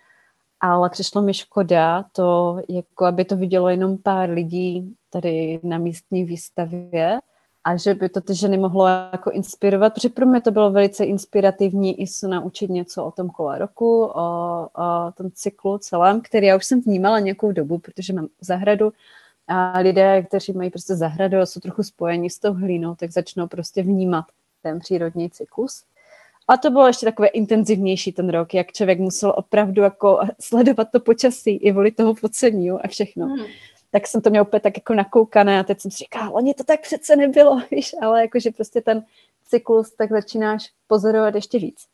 ale přišlo mi škoda to, jako aby to vidělo jenom pár lidí tady na místní výstavě a že by to ty ženy mohlo jako inspirovat, protože pro mě to bylo velice inspirativní i se naučit něco o tom kole roku, o, o tom cyklu celém, který já už jsem vnímala nějakou dobu, protože mám zahradu a lidé, kteří mají prostě zahradu a jsou trochu spojení s tou hlínou, tak začnou prostě vnímat ten přírodní cyklus. A to bylo ještě takové intenzivnější ten rok, jak člověk musel opravdu jako sledovat to počasí i voli toho focení a všechno. Hmm. Tak jsem to měla úplně tak jako nakoukané a teď jsem si říkala, oni to tak přece nebylo, víš, ale jakože prostě ten cyklus tak začínáš pozorovat ještě víc.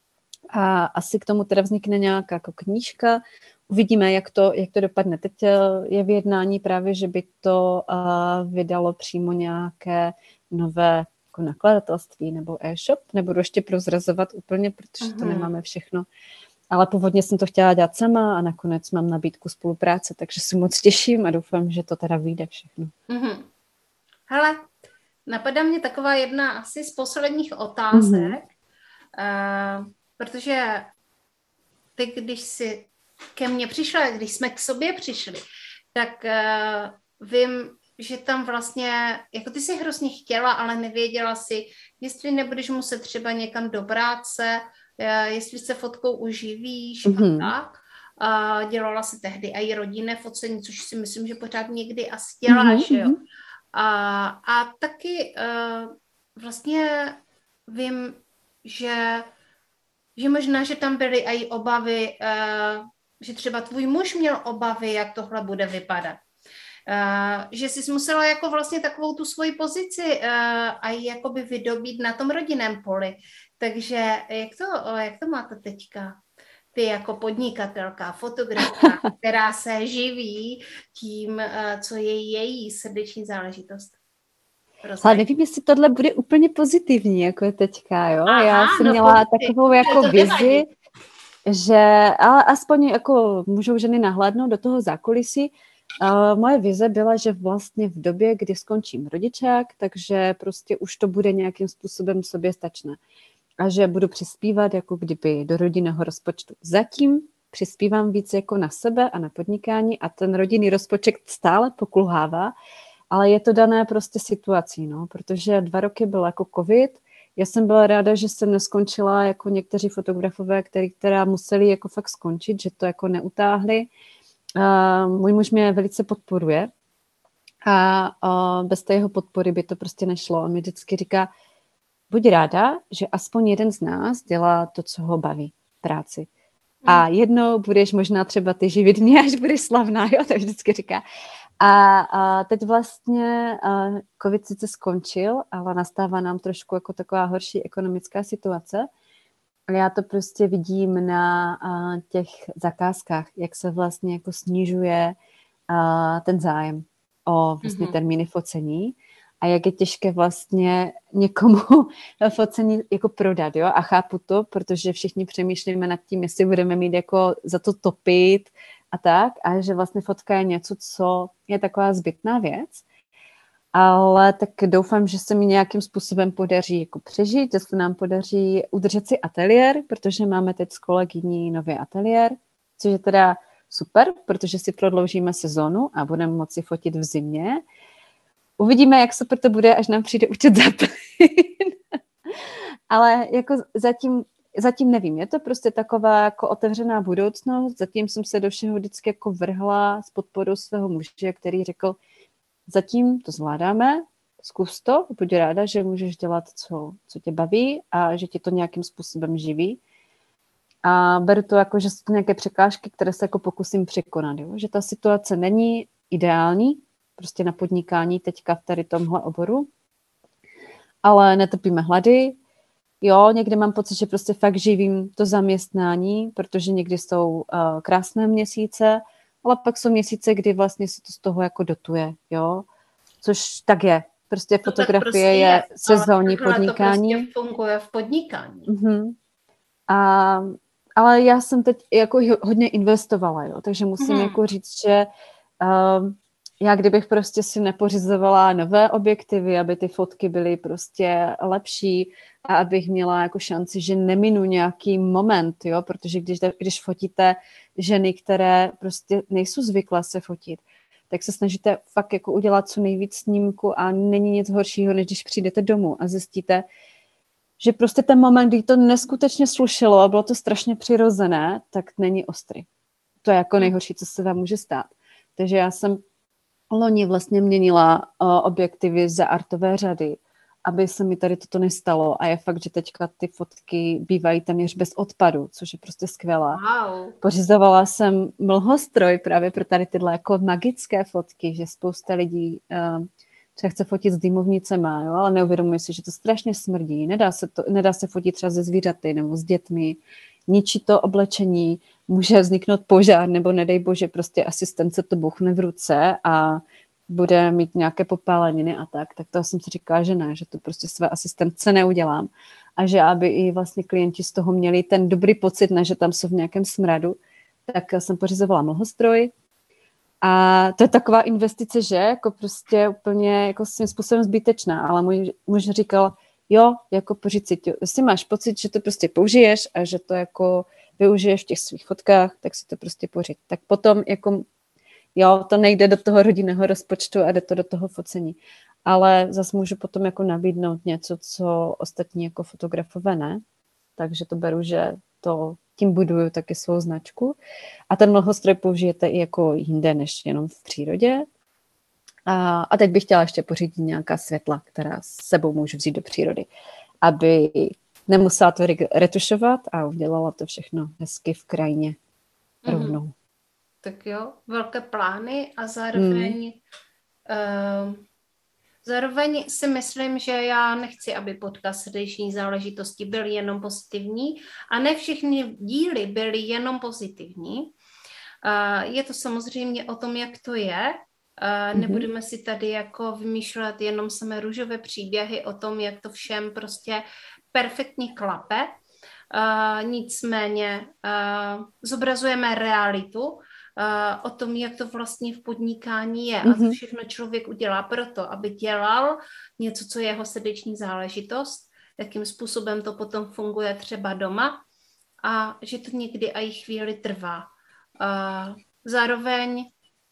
A asi k tomu teda vznikne nějaká jako knížka, uvidíme, jak to, jak to dopadne. Teď je v jednání právě, že by to uh, vydalo přímo nějaké nové jako nakladatelství nebo e-shop, nebudu ještě prozrazovat úplně, protože to nemáme všechno Ale původně jsem to chtěla dělat sama a nakonec mám nabídku spolupráce, takže se moc těším a doufám, že to teda vyjde všechno. Mm-hmm. Hele, napadá mě taková jedna asi z posledních otázek, mm-hmm. uh, protože ty, když jsi ke mně přišla, když jsme k sobě přišli, tak uh, vím, že tam vlastně, jako ty jsi hrozně chtěla, ale nevěděla si, jestli nebudeš muset třeba někam do práce, jestli se fotkou uživíš mm-hmm. a tak. A dělala se tehdy i rodinné focení, což si myslím, že pořád někdy asi děláš, mm-hmm. jo. A, a taky uh, vlastně vím, že, že možná, že tam byly i obavy, uh, že třeba tvůj muž měl obavy, jak tohle bude vypadat. Uh, že jsi musela jako vlastně takovou tu svoji pozici uh, a jakoby vydobít na tom rodinném poli. Takže jak to, jak to máte teďka? Ty jako podnikatelka, fotografka, která se živí tím, uh, co je její srdeční záležitost. Ale nevím, jestli tohle bude úplně pozitivní, jako je teďka, jo? Aha, Já jsem no měla pozitiv. takovou jako vizi, že ale aspoň jako můžou ženy nahlédnout do toho zákulisí. Uh, moje vize byla, že vlastně v době, kdy skončím rodičák, takže prostě už to bude nějakým způsobem soběstačné. A že budu přispívat jako kdyby do rodinného rozpočtu. Zatím přispívám víc jako na sebe a na podnikání a ten rodinný rozpočet stále pokulhává, ale je to dané prostě situací, no, protože dva roky byl jako covid. Já jsem byla ráda, že jsem neskončila jako někteří fotografové, který, která museli jako fakt skončit, že to jako neutáhli. Uh, můj muž mě velice podporuje a uh, bez té jeho podpory by to prostě nešlo. On mi vždycky říká, buď ráda, že aspoň jeden z nás dělá to, co ho baví, práci. A jednou budeš možná třeba ty živit mě, až budeš slavná, jo, to vždycky říká. A, a teď vlastně uh, covid sice skončil, ale nastává nám trošku jako taková horší ekonomická situace. Já to prostě vidím na uh, těch zakázkách, jak se vlastně jako snižuje uh, ten zájem o vlastně mm-hmm. termíny focení a jak je těžké vlastně někomu focení jako prodat, jo? A chápu to, protože všichni přemýšlíme nad tím, jestli budeme mít jako za to topit a tak, a že vlastně fotka je něco, co je taková zbytná věc. Ale tak doufám, že se mi nějakým způsobem podaří jako přežít, že se nám podaří udržet si ateliér, protože máme teď s kolegyní nový ateliér, což je teda super, protože si prodloužíme sezonu a budeme moci fotit v zimě. Uvidíme, jak super to bude, až nám přijde účet za plyn. Ale jako zatím, zatím nevím, je to prostě taková jako otevřená budoucnost, zatím jsem se do všeho vždycky jako vrhla s podporou svého muže, který řekl, zatím to zvládáme, zkus to, buď ráda, že můžeš dělat, co, co tě baví a že tě to nějakým způsobem živí. A beru to jako, že jsou to nějaké překážky, které se jako pokusím překonat. Jo? Že ta situace není ideální, prostě na podnikání teďka v tady tomhle oboru, ale netrpíme hlady. Jo, někdy mám pocit, že prostě fakt živím to zaměstnání, protože někdy jsou uh, krásné měsíce, ale pak jsou měsíce, kdy vlastně se to z toho jako dotuje, jo, což tak je. Prostě to fotografie prostě je, je sezónní podnikání. To prostě funguje v podnikání. Uh-huh. A, ale já jsem teď jako hodně investovala, jo, takže musím uh-huh. jako říct, že uh, já kdybych prostě si nepořizovala nové objektivy, aby ty fotky byly prostě lepší a abych měla jako šanci, že neminu nějaký moment, jo, protože když, když fotíte ženy, které prostě nejsou zvyklé se fotit, tak se snažíte fakt jako udělat co nejvíc snímku a není nic horšího, než když přijdete domů a zjistíte, že prostě ten moment, kdy to neskutečně slušelo a bylo to strašně přirozené, tak není ostrý. To je jako nejhorší, co se vám může stát. Takže já jsem loni vlastně měnila uh, objektivy za artové řady, aby se mi tady toto nestalo. A je fakt, že teďka ty fotky bývají téměř bez odpadu, což je prostě skvělá. Wow. Pořizovala jsem mlhostroj právě pro tady tyhle jako magické fotky, že spousta lidí uh, třeba chce fotit s dýmovnicema, jo, ale neuvědomuje si, že to strašně smrdí. Nedá se, to, nedá se fotit třeba ze zvířaty nebo s dětmi. Ničí to oblečení, může vzniknout požár, nebo nedej bože, prostě asistent se to buchne v ruce a bude mít nějaké popáleniny a tak, tak to jsem si říkala, že ne, že to prostě své asistentce neudělám. a že aby i vlastně klienti z toho měli ten dobrý pocit, ne, že tam jsou v nějakém smradu, tak jsem pořizovala mlhostroj. A to je taková investice, že jako prostě úplně jako svým způsobem zbytečná, ale můj muž říkal, jo, jako pořiď si to, jestli máš pocit, že to prostě použiješ a že to jako využiješ v těch svých fotkách, tak si to prostě pořiď. Tak potom jako, jo, to nejde do toho rodinného rozpočtu a jde to do toho focení. Ale zase můžu potom jako nabídnout něco, co ostatní jako fotografové ne. Takže to beru, že to tím buduju taky svou značku. A ten mlhostroj použijete i jako jinde, než jenom v přírodě. A, a teď bych chtěla ještě pořídit nějaká světla, která s sebou můžu vzít do přírody, aby nemusela to retušovat a udělala to všechno hezky v krajině rovnou. Mm. Tak jo, velké plány a zároveň mm. uh, zároveň si myslím, že já nechci, aby podcast Srdeční záležitosti byl jenom pozitivní a ne všechny díly byly jenom pozitivní. Uh, je to samozřejmě o tom, jak to je. Uh, nebudeme si tady jako vymýšlet jenom samé růžové příběhy o tom, jak to všem prostě perfektně klape. Uh, nicméně uh, zobrazujeme realitu uh, o tom, jak to vlastně v podnikání je mm-hmm. a co všechno člověk udělá proto, aby dělal něco, co je jeho srdeční záležitost, jakým způsobem to potom funguje třeba doma a že to někdy i chvíli trvá. Uh, zároveň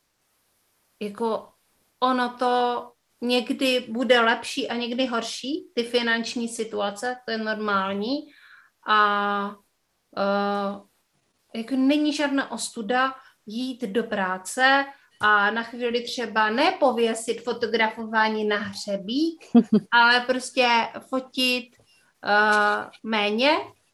jako ono to někdy bude lepší a někdy horší, ty finanční situace, to je normální a uh, jako není žádná ostuda jít do práce a na chvíli třeba nepověsit fotografování na hřebík, ale prostě fotit uh, méně,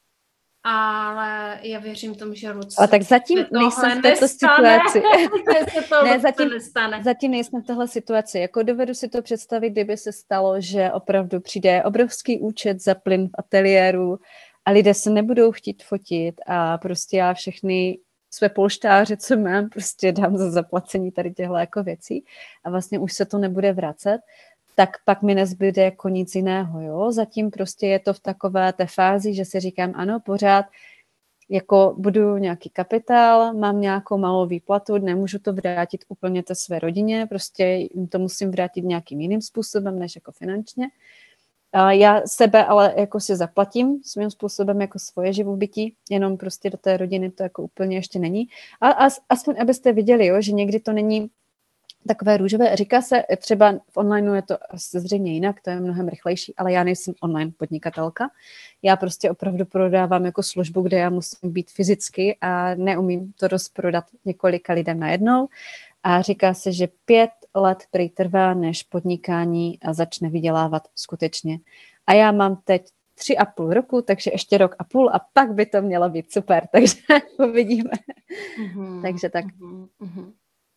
ale já věřím tomu, že Luc... A tak zatím nejsem v této situaci. to ne, zatím, nestane. zatím nejsem v téhle situaci. Jako dovedu si to představit, kdyby se stalo, že opravdu přijde obrovský účet za plyn v ateliéru a lidé se nebudou chtít fotit a prostě já všechny své polštáře, co mám, prostě dám za zaplacení tady těchto jako věcí a vlastně už se to nebude vracet, tak pak mi nezbyde jako nic jiného, jo. Zatím prostě je to v takové té fázi, že si říkám, ano, pořád jako budu nějaký kapitál, mám nějakou malou výplatu, nemůžu to vrátit úplně té své rodině, prostě jim to musím vrátit nějakým jiným způsobem, než jako finančně. A já sebe ale jako si zaplatím svým způsobem jako svoje živobytí, jenom prostě do té rodiny to jako úplně ještě není. A, a aspoň abyste viděli, jo, že někdy to není takové růžové. Říká se, třeba v onlineu je to zřejmě jinak, to je mnohem rychlejší, ale já nejsem online podnikatelka. Já prostě opravdu prodávám jako službu, kde já musím být fyzicky a neumím to rozprodat několika lidem najednou. A říká se, že pět let prý trvá, než podnikání začne vydělávat skutečně. A já mám teď tři a půl roku, takže ještě rok a půl a pak by to mělo být super, takže uvidíme. Mm-hmm. Takže tak. Mm-hmm.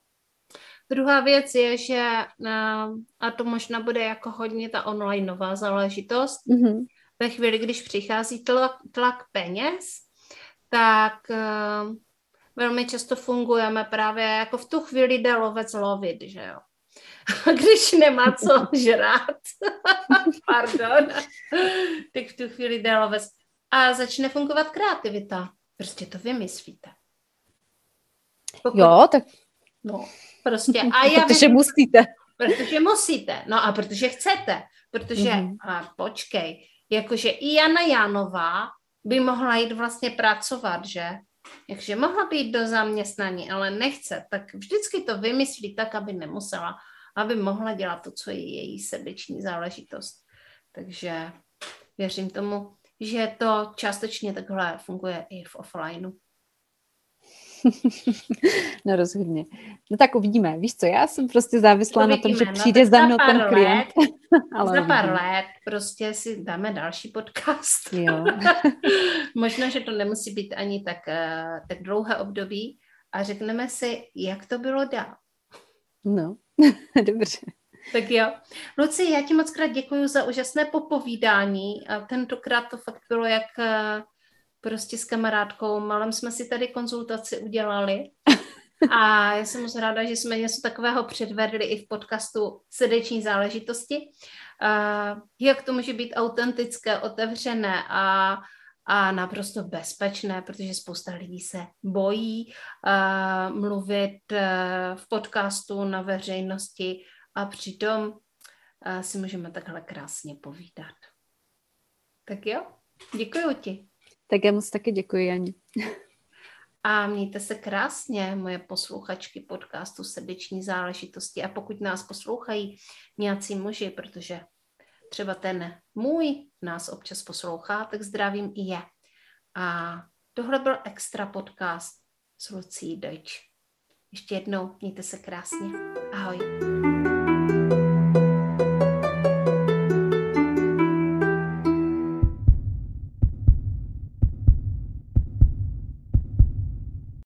Druhá věc je, že a to možná bude jako hodně ta onlineová záležitost. Mm-hmm. Ve chvíli, když přichází tlak, tlak peněz, tak uh, velmi často fungujeme právě jako v tu chvíli jde lovec lovit, že jo. Když nemá co žrát, pardon, tak v tu chvíli jde lovec. A začne fungovat kreativita. Prostě to vymyslíte. Pokud... Jo, tak... No, prostě. A já protože vím, musíte. Protože musíte. No a protože chcete. Protože, mm-hmm. a počkej, jakože i Jana Jánová by mohla jít vlastně pracovat, že? Takže mohla být do zaměstnání, ale nechce. Tak vždycky to vymyslí tak, aby nemusela. Aby mohla dělat to, co je její srdeční záležitost. Takže věřím tomu, že to částečně takhle funguje i v offlineu. No rozhodně. No tak uvidíme. Víš co, já jsem prostě závislá uvidíme. na tom, že přijde no, za mnou ten klient. Let, Ale za pár let prostě si dáme další podcast. Jo. Možná, že to nemusí být ani tak, tak dlouhé období a řekneme si, jak to bylo dál. No, dobře. Tak jo. Luci, já ti moc krát děkuji za úžasné popovídání a tentokrát to fakt bylo jak prostě s kamarádkou. Malem jsme si tady konzultaci udělali a já jsem moc ráda, že jsme něco takového předvedli i v podcastu Srdeční záležitosti. uh, jak to může být autentické, otevřené a, a naprosto bezpečné, protože spousta lidí se bojí uh, mluvit uh, v podcastu na veřejnosti a přitom uh, si můžeme takhle krásně povídat. Tak jo, děkuji ti. Tak já moc taky děkuji, Jani. A mějte se krásně, moje posluchačky podcastu Srdeční záležitosti. A pokud nás poslouchají nějací muži, protože třeba ten můj nás občas poslouchá, tak zdravím i je. A tohle byl extra podcast s Lucí Deutsch. Ještě jednou mějte se krásně. Ahoj.